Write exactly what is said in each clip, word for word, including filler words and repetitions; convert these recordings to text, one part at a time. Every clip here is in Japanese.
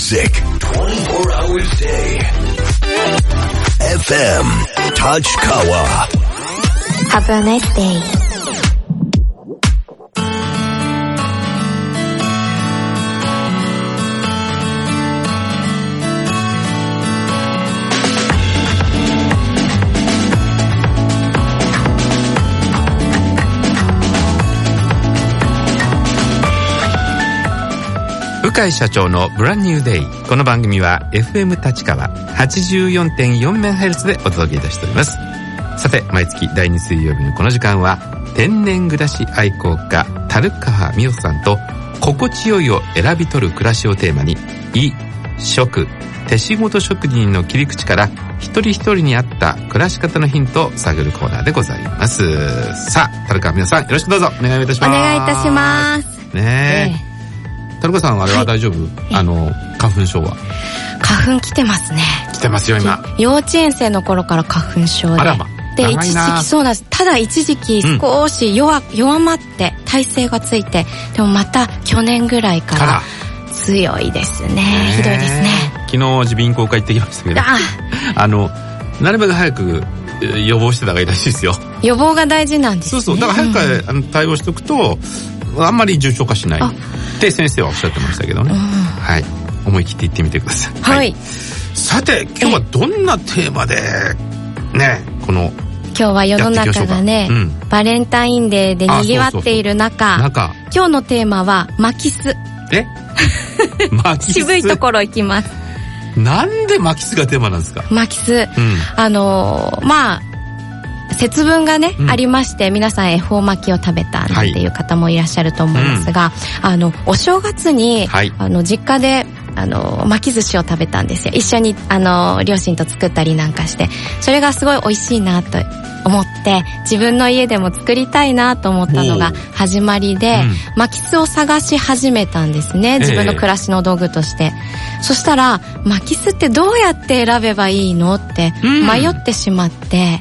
music twenty-four hours a day. F M Tochikawa. Have a nice day. 鵜飼社長のブランニューデイ。この番組は エフエム 立川 はちじゅうよんてんよんメガヘルツ でお届けいたしております。さて、毎月だいに水曜日のこの時間は天然暮らし愛好家樽川美代さんと心地よいを選び取る暮らしをテーマに衣食手仕事職人の切り口から一人一人に合った暮らし方のヒントを探るコーナーでございます。さあ、樽川美代さん、よろしくどうぞお願いいたします。 お願いいたしますねえ、えー樽川さん、あれは大丈夫、はい、あの花粉症は？ 花粉来てますね。 来てますよ今。 幼稚園生の頃から花粉症で、 あらま、 で一時期そうなんです。ただ一時期少し 弱,、うん、弱まって耐性がついて、でもまた去年ぐらいから強いですね。ひどいですね。 昨日耳鼻咽喉科行ってきましたけど、ああのなるべく早く予防してた方がいいらしいですよ。 予防が大事なんですね。 そうそう、だから早く、うん、対応しておくとあんまり重症化しないって先生はおっしゃってましたけどね、うん、はい、思い切って言ってみてください。 はい、はい、 さて今日はどんなテーマでね、この今日は世の中がね、うん、バレンタインデーで賑わっている中、 そうそうそう、 今日のテーマは巻きす。 え巻きす渋いところ行きます。 なんで巻きすがテーマなんですか？ 巻きす、うん、あのまあ節分がね、うん、ありまして、皆さん恵方巻きを食べたなんていう方もいらっしゃると思いますが、はい、あのお正月に、はい、あの実家であの巻き寿司を食べたんですよ。一緒にあの両親と作ったりなんかして、それがすごい美味しいなと思って、自分の家でも作りたいなと思ったのが始まりで、うん、巻きすを探し始めたんですね、自分の暮らしの道具として、えー、そしたら巻きすってどうやって選べばいいのって迷ってしまって、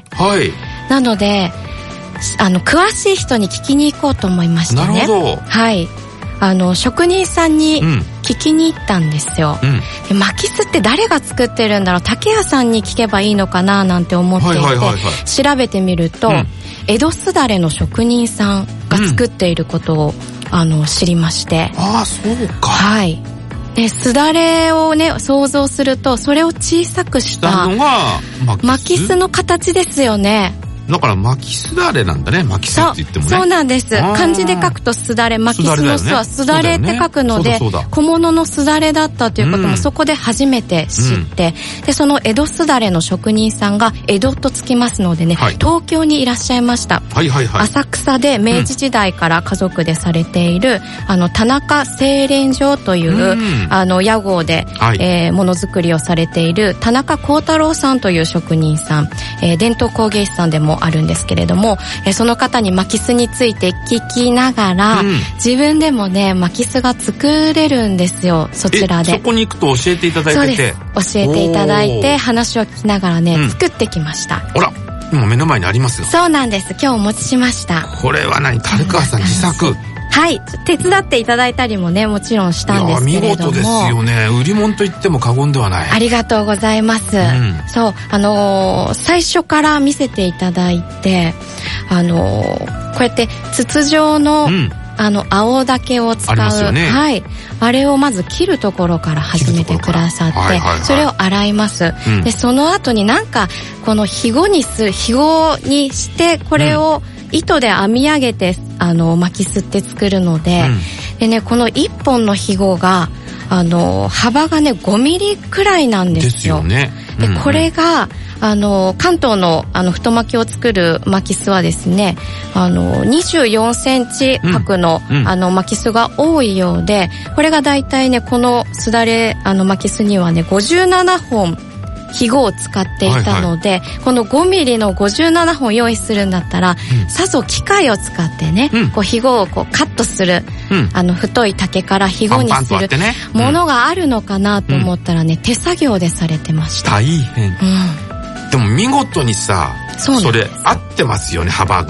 うん、はい、なのであの詳しい人に聞きに行こうと思いましてね。 なるほど。 はい、あの職人さんに聞きに行ったんですよ、うん、で巻きすって誰が作ってるんだろう、竹屋さんに聞けばいいのかななんて思っていて、はいはいはいはい、調べてみると、うん、江戸すだれの職人さんが作っていることを、うん、あの知りまして。 ああ、そうか。 はい。で、すだれをね想像すると、それを小さくしたのが巻きすの形ですよね。 だから巻きすだれなんだね、巻きすって言ってもね。 そう、そうなんです。漢字で書くとすだれ、巻きすのすはすだれって書くので、小物のすだれだったということもそこで初めて知って、うん、でその江戸すだれの職人さんが江戸とつきますのでね、はい、東京にいらっしゃいました、はいはいはい、浅草で明治時代から家族でされている、うん、あの田中製錬所という、うん、あの屋号で、はい、えー、ものづくりをされている田中幸太郎さんという職人さん、えー、伝統工芸士さんでもあるんですけれども、えその方に巻きすについて聞きながら、うん、自分でもね巻きすが作れるんですよ、そちらで。 そこに行くと教えていただいてて。そうです、 教えていただいて話を聞きながらね、うん、作ってきました。 あら、今目の前にありますよ。 そうなんです、今日お持ちしました。 これは何、樽川さん自作？ はい、手伝っていただいたりもねもちろんしたんですけれども。 いや見事ですよね。売り物と言っても過言ではない。 ありがとうございます、うん、そうあのー、最初から見せていただいて、あのー、こうやって筒状の、うん、あの青竹を使う、あ、ね、はい、あれをまず切るところから始めてくださって、はいはいはい、それを洗います、うん、でその後になんかこのひごにするひごにしてこれを、うん、糸で編み上げてあの巻きすって作るので、うん、でねこのいっぽんのひごがあの幅がねごミリくらいなんですよ。 ですよね。うんうん、 でこれがあの関東のあの太巻きを作る巻きすはですね、あのにじゅうよんセンチ角の、うんうん、あの巻きすが多いようで、これがだいたいねこのすだれあの巻きすにはねごじゅうななほんひごを使っていたので、はいはい、このごミリのごじゅうななほん用意するんだったら、うん、さぞ機械を使ってね、うん、こうひごをこうカットする、うん、あの太い竹からひごにするものがあるのかなと思ったらね、うん、手作業でされてました。 大変、うん、でも見事にさ そ, それ合ってますよね、幅が。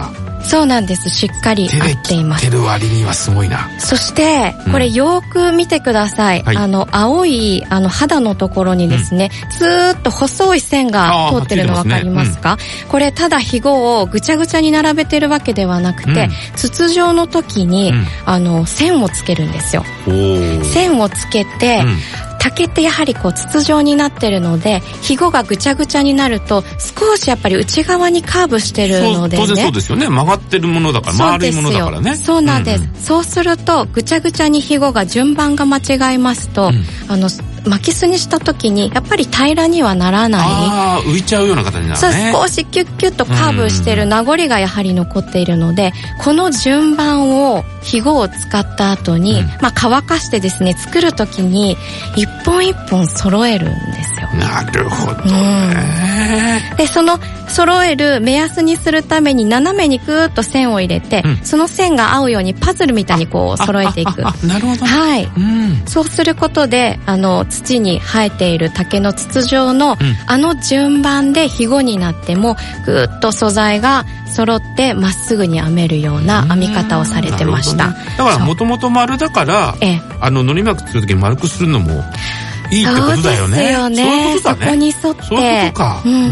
そうなんです。しっかり合っています。 手で切ってる割にはすごいな。 そしてこれよく見てください、うん、あの青いあの肌のところにですね、うん、ずーっと細い線が通ってるの分かりますか、すねうん、これただひごをぐちゃぐちゃに並べてるわけではなくて、うん、筒状の時に、うん、あの線をつけるんですよ。線をつけて、うん竹ってやはりこう筒状になってるので、ひごがぐちゃぐちゃになると少しやっぱり内側にカーブしてるのでね。 当然そうですよね。曲がってるものだから丸いものだからね。 そうなんです、うんうん、そうするとぐちゃぐちゃにひごが順番が間違いますと、うん、あの巻きすにした時にやっぱり平らにはならない。 ああ、浮いちゃうような形になるね。 そう、少しキュッキュッとカーブしてる名残がやはり残っているので、この順番をひごを使った後に、うん、まあ乾かしてですね作る時に一本一本揃えるんですよ。 なるほどね、 うん、でその揃える目安にするために斜めにグーッと線を入れて、うん、その線が合うようにパズルみたいにこう揃えていく。 あああなるほど、 はい、 うん、 そうすることであの土に生えている竹の筒状の、うん、あの順番でひごになってもぐーっと素材が揃ってまっすぐに編めるような編み方をされてました、 ね、だからもともと丸だからええあののり巻きする時に丸くするのもいいってことだよね。 そうですよね。 そういうことだね。 そこに沿って。 そういうことか。うんうん、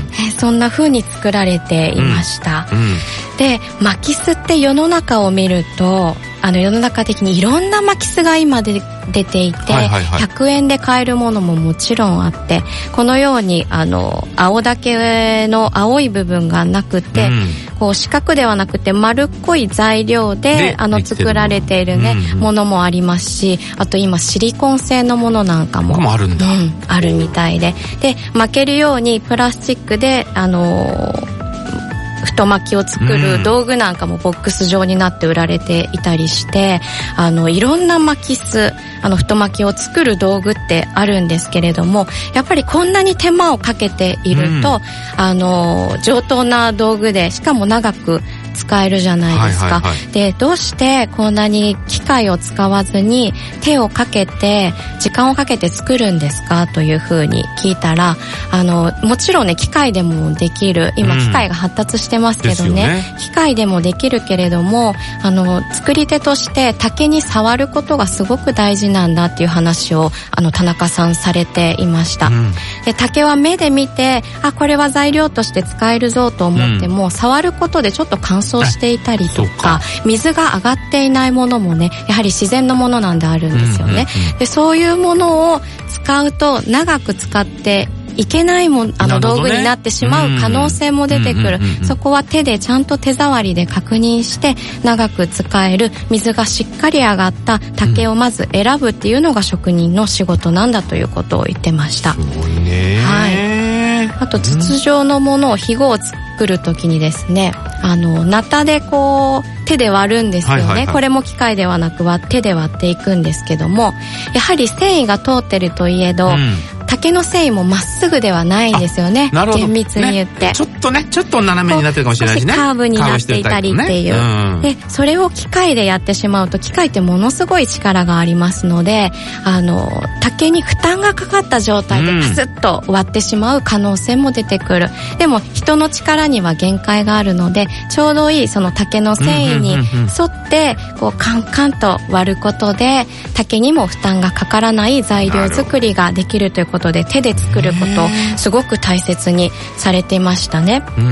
えそんな風に作られていました。うんうん、で、巻きすって世の中を見ると、あの世の中的にいろんな巻きすが今で出ていて、はいはいはい、ひゃくえんで買えるものももちろんあって、このようにあの青竹の青い部分がなくて、うん、こう四角ではなくて丸っこい材料で、であの作られているね、うんうん、ものもありますし、あと今シリコン製のものなんかも、 もあるんだ、うん、 あるみたいで、で巻けるようにプラスチックであのー太巻きを作る道具なんかもボックス状になって売られていたりして、あのいろんな巻きすあの太巻きを作る道具ってあるんですけれども、やっぱりこんなに手間をかけていると、うん、あの上等な道具でしかも長く使えるじゃないですか、はいはいはい、でどうしてこんなに機械を使わずに手をかけて時間をかけて作るんですかというふうに聞いたら、あのもちろんね機械でもできる、今機械が発達してますけどね、うん、ね機械でもできるけれども、あの作り手として竹に触ることがすごく大事なんだっていう話をあの田中さんされていました、うん、で竹は目で見てあこれは材料として使えるぞと思っても、うん、触ることでちょっと乾燥していたりとか水が上がっていないものもねやはり自然のものなんであるんですよね、うんうんうん、でそういうものを使うと長く使っていけないもんあの道具になってしまう可能性も出てくる、うんうんうんうん、そこは手でちゃんと手触りで確認して長く使える水がしっかり上がった竹をまず選ぶっていうのが職人の仕事なんだということを言ってました。 すごいね、 はい、あと筒状のものをひごを作るときにですね、あのナタでこう手で割るんですよね、はいはいはい、これも機械ではなく割手で割っていくんですけども、やはり繊維が通ってるといえど、うん竹の繊維もまっすぐではないんですよね。厳密に言って、 ね、ちょっとねちょっと斜めになってるかもしれないしね、 カーブになっていたりっていう、ねうん、でそれを機械でやってしまうと機械ってものすごい力がありますので、あの竹に負担がかかった状態でパスッと割ってしまう可能性も出てくる、うん、でも人の力には限界があるのでちょうどいいその竹の繊維に沿ってこうカンカンと割ることで竹にも負担がかからない材料作りができるということで手で作ることをすごく大切にされていましたね、うん、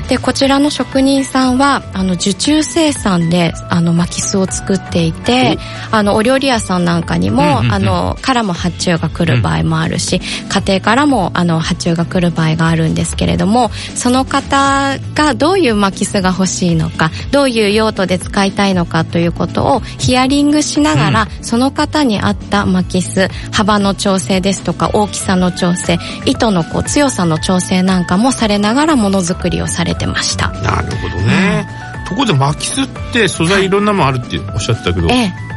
でこちらの職人さんはあの受注生産であの巻きすを作っていて、あのお料理屋さんなんかにも、うんうんうん、あのからも発注が来る場合もあるし、うん、家庭からもあの発注が来る場合があるんですけれども、その方がどういう巻きすが欲しいのか、どういう用途で使いたいのかということをヒアリングしながら、うん、その方に合った巻きす幅の調整ですとか大きさの調整、糸のこう強さの調整なんかもされながらものづくりをされてました。 なるほどね、うん、ところで巻きすって素材いろんなもんあるっておっしゃってたけど、ええ、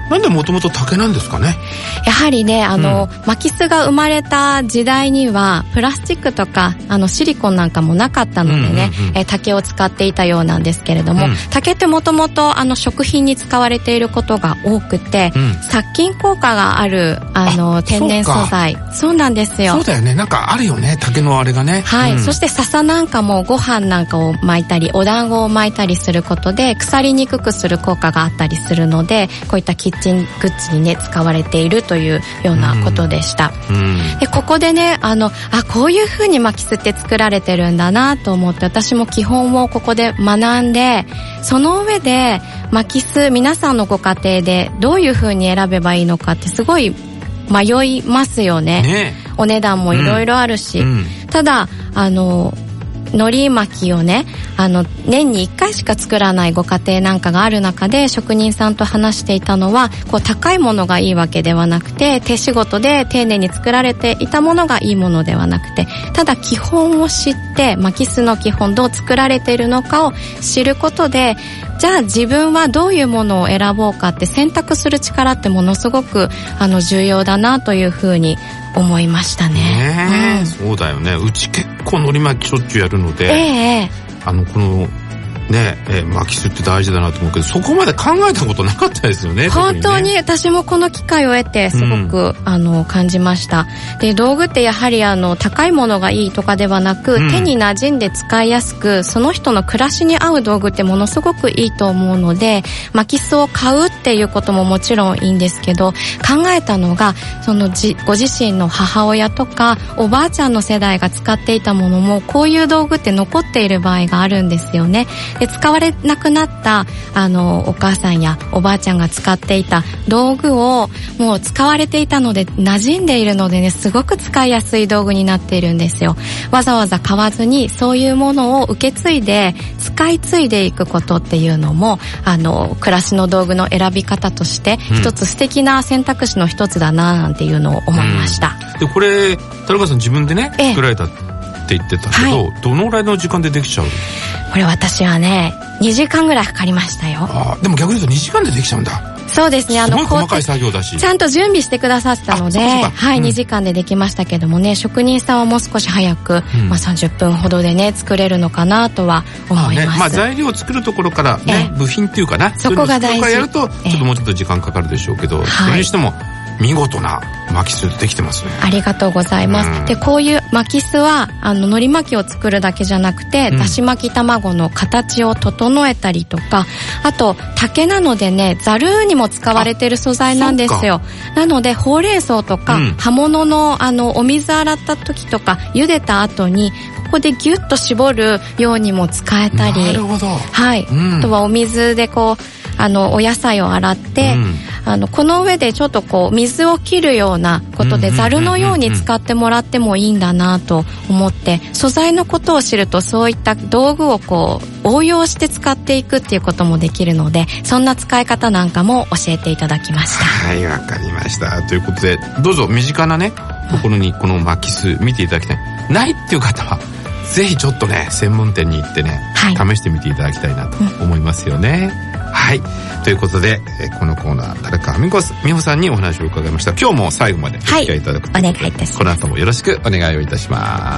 なんでもともと竹なんですかね。 やはりね、あの、うん、巻きすが生まれた時代にはプラスチックとかあのシリコンなんかもなかったのでね、うんうんうん、え竹を使っていたようなんですけれども、うん、竹ってもともとあの食品に使われていることが多くて、うん、殺菌効果があるあの天然素材。そうなんですよ。 そうだよね。なんかあるよね、竹のあれがね。 はい、 うん、 そして笹なんかもご飯なんかを巻いたりお団子を巻いたりすることで腐りにくくする効果があったりするので、こういったキッチングッズにね使われているというようなことでした、うんうん、でここでねあのあこういう風に巻きすって作られてるんだなと思って、私も基本をここで学んで、その上で巻きす皆さんのご家庭でどういう風に選べばいいのかってすごい迷いますよ ね, ねお値段もいろいろあるし、うんうん、ただあの海苔巻きをねあの年にいっかいしか作らないご家庭なんかがある中で、職人さんと話していたのは、こう高いものがいいわけではなくて、手仕事で丁寧に作られていたものがいいものではなくて、ただ基本を知って巻きすの基本どう作られているのかを知ることで、じゃあ自分はどういうものを選ぼうかって選択する力ってものすごくあの重要だなというふうに思いましたね。 ね、うん、そうだよね。うち結構海苔巻きしょっちゅうやるので、えー、あのこのね、えー、巻きすって大事だなと思うけど、そこまで考えたことなかったですよね。 本当に私もこの機会を得てすごく、うん、あの感じました。で道具ってやはりあの高いものがいいとかではなく、うん、手に馴染んで使いやすく、その人の暮らしに合う道具ってものすごくいいと思うので、巻きすを買うっていうことももちろんいいんですけど、考えたのがそのじご自身の母親とかおばあちゃんの世代が使っていたものも、こういう道具って残っている場合があるんですよね。で使われなくなったあのお母さんやおばあちゃんが使っていた道具をもう使われていたので馴染んでいるのでね、すごく使いやすい道具になっているんですよ。わざわざ買わずにそういうものを受け継いで使い継いでいくことっていうのも、あの暮らしの道具の選び方として一つ素敵な選択肢の一つだななんていうのを思いました、 うん、でこれ田中さん自分でね作られたって言ってたけど、はい、どのぐらいの時間でできちゃう？ これ私はねにじかんぐらいかかりましたよ。 あ、でも逆に言うとにじかんでできちゃうんだ。 そうですね。あのすごい細かい作業だし、 ちゃんと準備してくださってたので、はい、うん、にじかんでできましたけどもね、職人さんはもう少し早く、うん、まあさんじゅっぷんほどでね作れるのかなとは思います。あ、ね、 まあ材料を作るところからね、部品っていうかな、 そこが大事。 そこからやるとちょっともうちょっと時間かかるでしょうけど、それにしても見事な巻きすできてますね。 ありがとうございます、うん、でこういう巻きすはあの海苔巻きを作るだけじゃなくて、うん、だし巻き卵の形を整えたりとか、あと竹なのでねざるにも使われている素材なんですよ。なのでほうれん草とか、うん、葉物のあのお水洗った時とか茹でた後にここでギュッと絞るようにも使えたり、 なるほど、 はい、うん、あとはお水でこうあのお野菜を洗って、うん、あのこの上でちょっとこう水を切るようなことでざるのように使ってもらってもいいんだなと思って、素材のことを知るとそういった道具をこう応用して使っていくっていうこともできるので、そんな使い方なんかも教えていただきました。 はい、わかりました。ということでどうぞ身近なねところにこの巻きす見ていただきたい。ないっていう方はぜひちょっとね専門店に行ってね、はい、試してみていただきたいなと思いますよね、うん、はい。ということでこのコーナー田中美穂さんにお話を伺いました。今日も最後までお付き合いいただくということで、はい、お願いいたします。この後もよろしくお願いをいたします。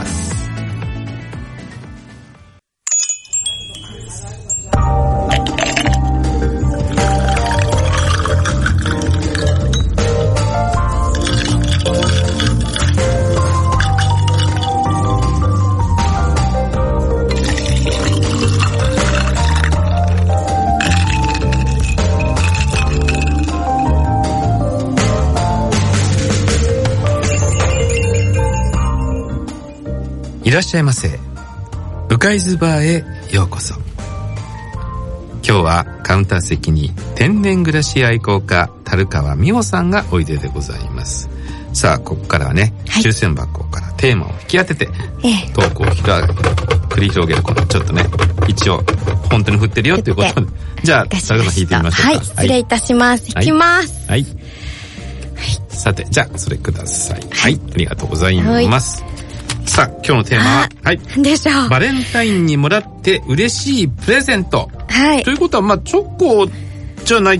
いらっしゃいませ。うかいずバーへようこそ。今日はカウンター席に天然暮らし愛好家樽川美穂さんがおいででございます。さあここからはね、はい、抽選箱からテーマを引き当てて、ええ、トークを繰り広げるこのちょっとね一応本当に振ってるよということで、じゃあ樽川さん引いてみましょうか。 はい、失礼いたします。はい、いきます。 はい、はい、さてじゃあそれください。はい、はい、ありがとうございます。はい、さあ今日のテーマは、はい、 でしょう。 バレンタインにもらって嬉しいプレゼント。 はい。 ということはまあチョコじゃない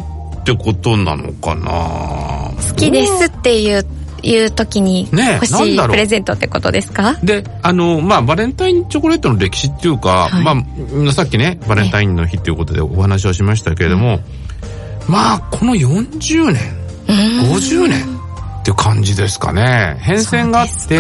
ってことなのかな。 好きですっていういう時に欲しいプレゼントってことですか？ で、あのまあバレンタインチョコレートの歴史っていうか、はい、まあさっきねバレンタインの日ということでお話をしましたけれども、うん、まあこのよんじゅうねん、ごじゅうねんっていう感じですかね。変遷があって、うん、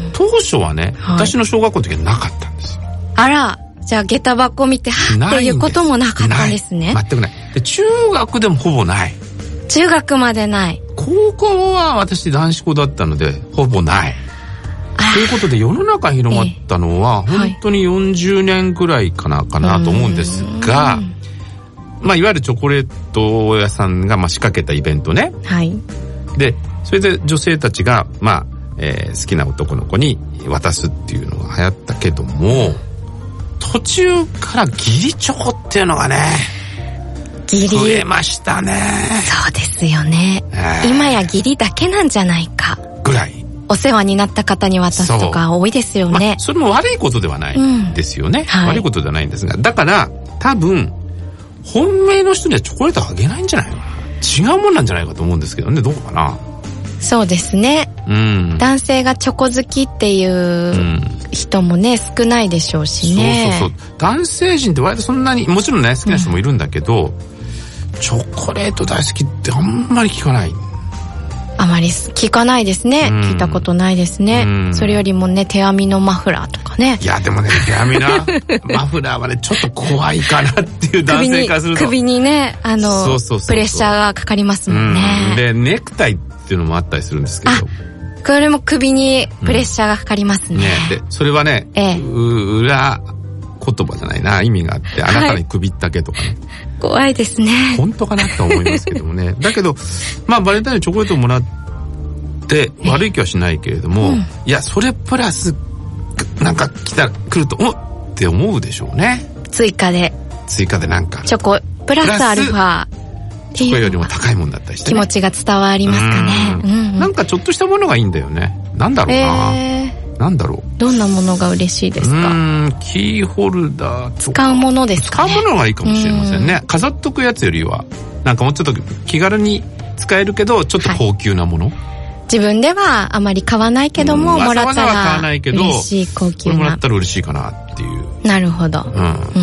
当初はね、はい、私の小学校の時はなかったんですよ。 あら、じゃあ下駄箱見てはっていうこともなかったんですね。 全くない。で中学でもほぼない。 中学までない。 高校は私男子校だったのでほぼない。ということで世の中に広まったのは、えー、本当によんじゅうねんくらいかなかなと思うんですが、まあいわゆるチョコレート屋さんがまあ仕掛けたイベントね。 はい。 でそれで女性たちがまあ、えー、好きな男の子に渡すっていうのが流行ったけども、途中から義理チョコっていうのがね。 義理増えましたね。 そうですよね、えー、今や義理だけなんじゃないかぐらいお世話になった方に渡すとか多いですよね。 まあ、それも悪いことではないんですよね、うんはい、悪いことではないんですが、だから多分本命の人にはチョコレートあげないんじゃないかな。違うもんなんじゃないかと思うんですけどね。どうかな。 そうですね、うん、男性がチョコ好きっていう人もね、うん、少ないでしょうしね。 そうそうそう。男性陣って割とそんなにもちろんね好きな人もいるんだけど、うん、チョコレート大好きってあんまり聞かない。 あまり聞かないですね、うん、聞いたことないですね、うん、それよりもね手編みのマフラーとかね。 いやでもね手編みなマフラーはねちょっと怖いかなっていう男性からすると首にねあのそうそうそうそうプレッシャーがかかりますもんね、 うん、でネクタイっていうのもあったりするんですけど、 これも首にプレッシャーがかかりますね、うん、 ねでそれはね、ええ、裏言葉じゃないな意味があって、あなたに首ったけとかね、はい、 怖いですね。 本当かなと思いますけどもねだけどまあバレンタインのチョコレートをもらって悪い気はしないけれども、うん、いやそれプラスなんか来た来るとおって思うでしょうね。 追加で追加でなんかチョコプラスアルファチョコよりも高いもんだったりして、ね、 気持ちが伝わりますかね、うんうん、 なんかちょっとしたものがいいんだよね。なんだろうな、えー、なんだろう。 どんなものが嬉しいですか。 うーんキーホルダーとか使うものですかね。 使うものがいいかもしれませんね。飾っとくやつよりはなんかもうちょっと気軽に使えるけどちょっと高級なもの、はい、 自分ではあまり買わないけども、うん、もらったら嬉しい高級な、 これもらったら嬉しいかなっていう。 なるほど、うんうん、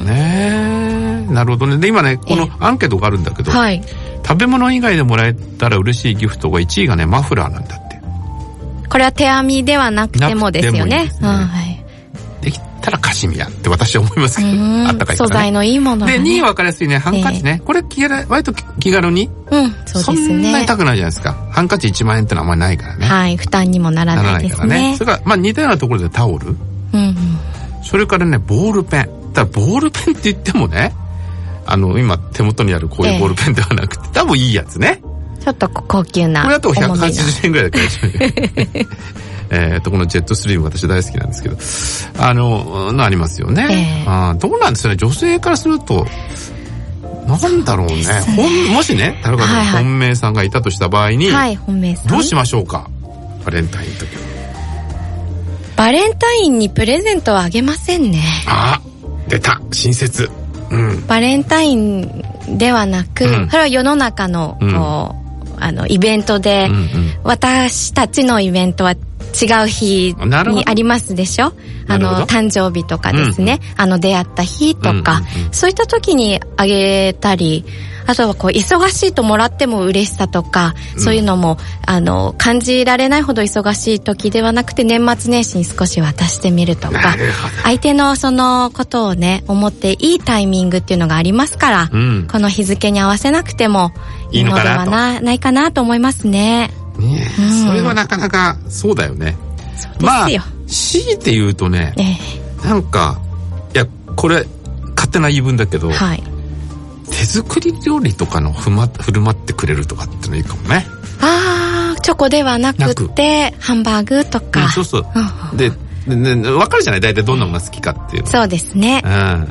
ねえなるほどね。で今ねこのアンケートがあるんだけど、はい、食べ物以外でもらえたら嬉しいギフトがいちいがねマフラーなんだって。これは手編みではなくてもですよね。いいですね、はい、 できたらカシミヤって私は思いますけど、あったかいからね。 素材のいいもの、ね、 でにい分かりやすいねハンカチね、えー、これ気軽割と気軽に、 うん、そうですね、 そんなに高くないじゃないですか。ハンカチいちまんえんってのはあんまりないからね。 はい、負担にもならないですね。ならないからね。 それからまあ似たようなところでタオル、うんうん、それからねボールペン。だからボールペンって言ってもねあの今手元にあるこういうボールペンではなくて、えー、多分いいやつね。 ちょっと高級な。 これだとひゃくはちじゅうえんぐらいだからえっとこのジェットストリーム私大好きなんですけど、あののありますよね、えー、あどうなんですかね。女性からするとなんだろうね。本もしね田中さん、はいはい、本命さんがいたとした場合に、はい、本命さんどうしましょうか。バレンタインの時はバレンタインにプレゼントはあげませんね。 あ出た親切、うん、 バレンタインではなく、うん、それは世の中のこう、うん、あのイベントで、うんうん、私たちのイベントは違う日にありますでしょ。あの誕生日とかですね、うん、あの出会った日とか、うんうんうん、そういった時にあげたり、あとはこう忙しいともらっても嬉しさとか、うん、そういうのもあの感じられないほど忙しい時ではなくて年末年始に少し渡してみるとか、相手のそのことをね思っていいタイミングっていうのがありますから、うん、この日付に合わせなくてもいいのではな、ないかなと思いますね。 ねえ、うん、それはなかなかそうだよね。 そうですよ。 まあ強いて言うとね、ええ、なんかいやこれ勝手な言い分だけど、はい、手作り料理とかのふま振る舞ってくれるとかってのいいかもね。 ああチョコではなくってハンバーグとか、 うん、そうそう、うん、で, で, で分かるじゃない大体どんなものが好きかっていうの、 そうですね、うん、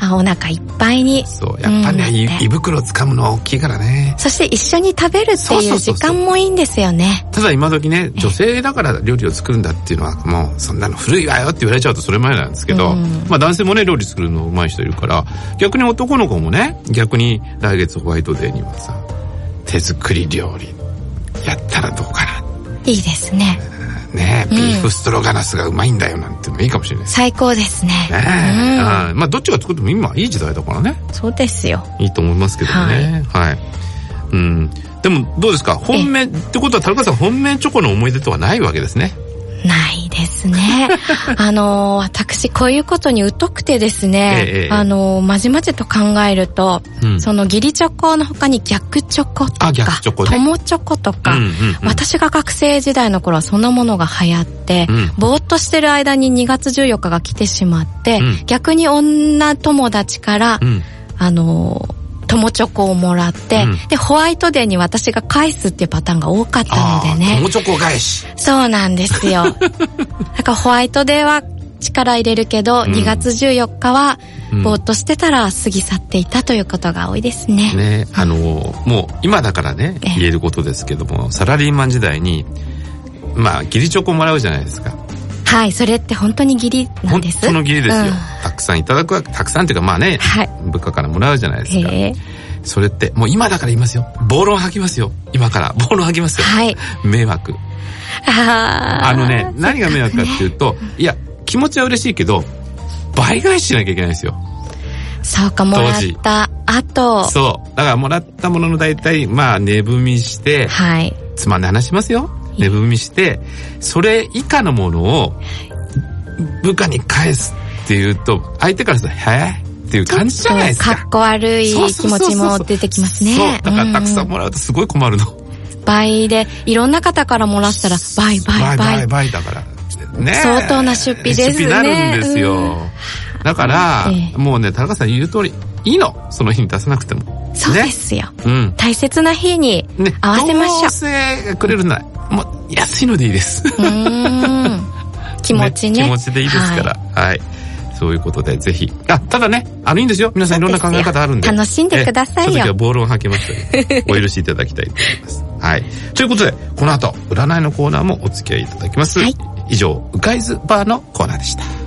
あお腹いっぱいに。 そうやっぱね、うん、胃袋掴むのは大きいからね。 そして一緒に食べるっていう時間もいいんですよね。 ただ今時ね、女性だから料理を作るんだっていうのはもうそんなの古いわよって言われちゃうとそれ前なんですけど、うん、まあ男性もね料理作るの上手い人いるから、逆に男の子もね、逆に来月ホワイトデーにはさ手作り料理やったらどうかな。 いいですね。 ねえ、ビーフストロガナスがうまいんだよなんてもいいかもしれないです。 最高ですね。 ねえ、うん、まあどっちが作っても今いい時代だからね。 そうですよ。 いいと思いますけどね。はい。はい、うん。でもどうですか、本命ってことは田中さん本命チョコの思い出とはないわけですね。 ないですね。あの私こういうことに疎くてですね、ええ、あのまじまじと考えると、うん、その義理チョコの他に逆チョコとか友チョコとか、うんうんうん、私が学生時代の頃はそんなものが流行って、うん、ぼーっとしてる間ににがつじゅうよっかが来てしまって、うん、逆に女友達から、うん、あの友チョコをもらって、うん、でホワイトデーに私が返すっていうパターンが多かったのでね。 友チョコ返し。 そうなんですよ。だからホワイトデーは力入れるけど、うん、にがつじゅうよっかはぼーっとしてたら過ぎ去っていたということが多いですね。 ね、あのもう今だからね言えることですけども、サラリーマン時代にまあ義理チョコもらうじゃないですか。 はい、それって本当に義理なんです。 本当の義理ですよ、うん、たくさんいただくわけ、たくさんっていうかまあね、はい、部下からもらうじゃないですか。それってもう今だから言いますよ、暴論吐きますよ、今から暴論吐きますよ、はい、迷惑。ああのね、何が迷惑かっていうと、いや気持ちは嬉しいけど倍返ししなきゃいけないんですよ。 そうか、もらった後。 そうだからもらったものの大体まあ値踏みして、はい、つまんない話しますよ、値踏みしてそれ以下のものを部下に返すっていうと相手からすると「へえ」っていう感じじゃないですか。 かっこ悪い気持ちも出てきますね。 そうだからたくさんもらうとすごい困るの。 倍でいろんな方からもらったら倍倍倍倍倍だからね、 相当な出費ですね。 出費になるんですよ、うん、だから、ええ、もうね田中さん言う通りいいの、その日に出さなくても。 そうですよ、ね、うん、大切な日に合わせましょう、ね、どうせくれるならもう安いのでいいです。 うーん気持ちね、 ね、気持ちでいいですから、はい、はい、そういうことでぜひ。あ、ただね、あのいいんですよ、皆さんいろんな考え方あるんで楽しんでくださいよ。 ちょっと今日はボールを吐けましたのでお許しいただきたいと思います。はい、ということでこの後占いのコーナーもお付き合いいただきます、はい、以上うかいずバーのコーナーでした。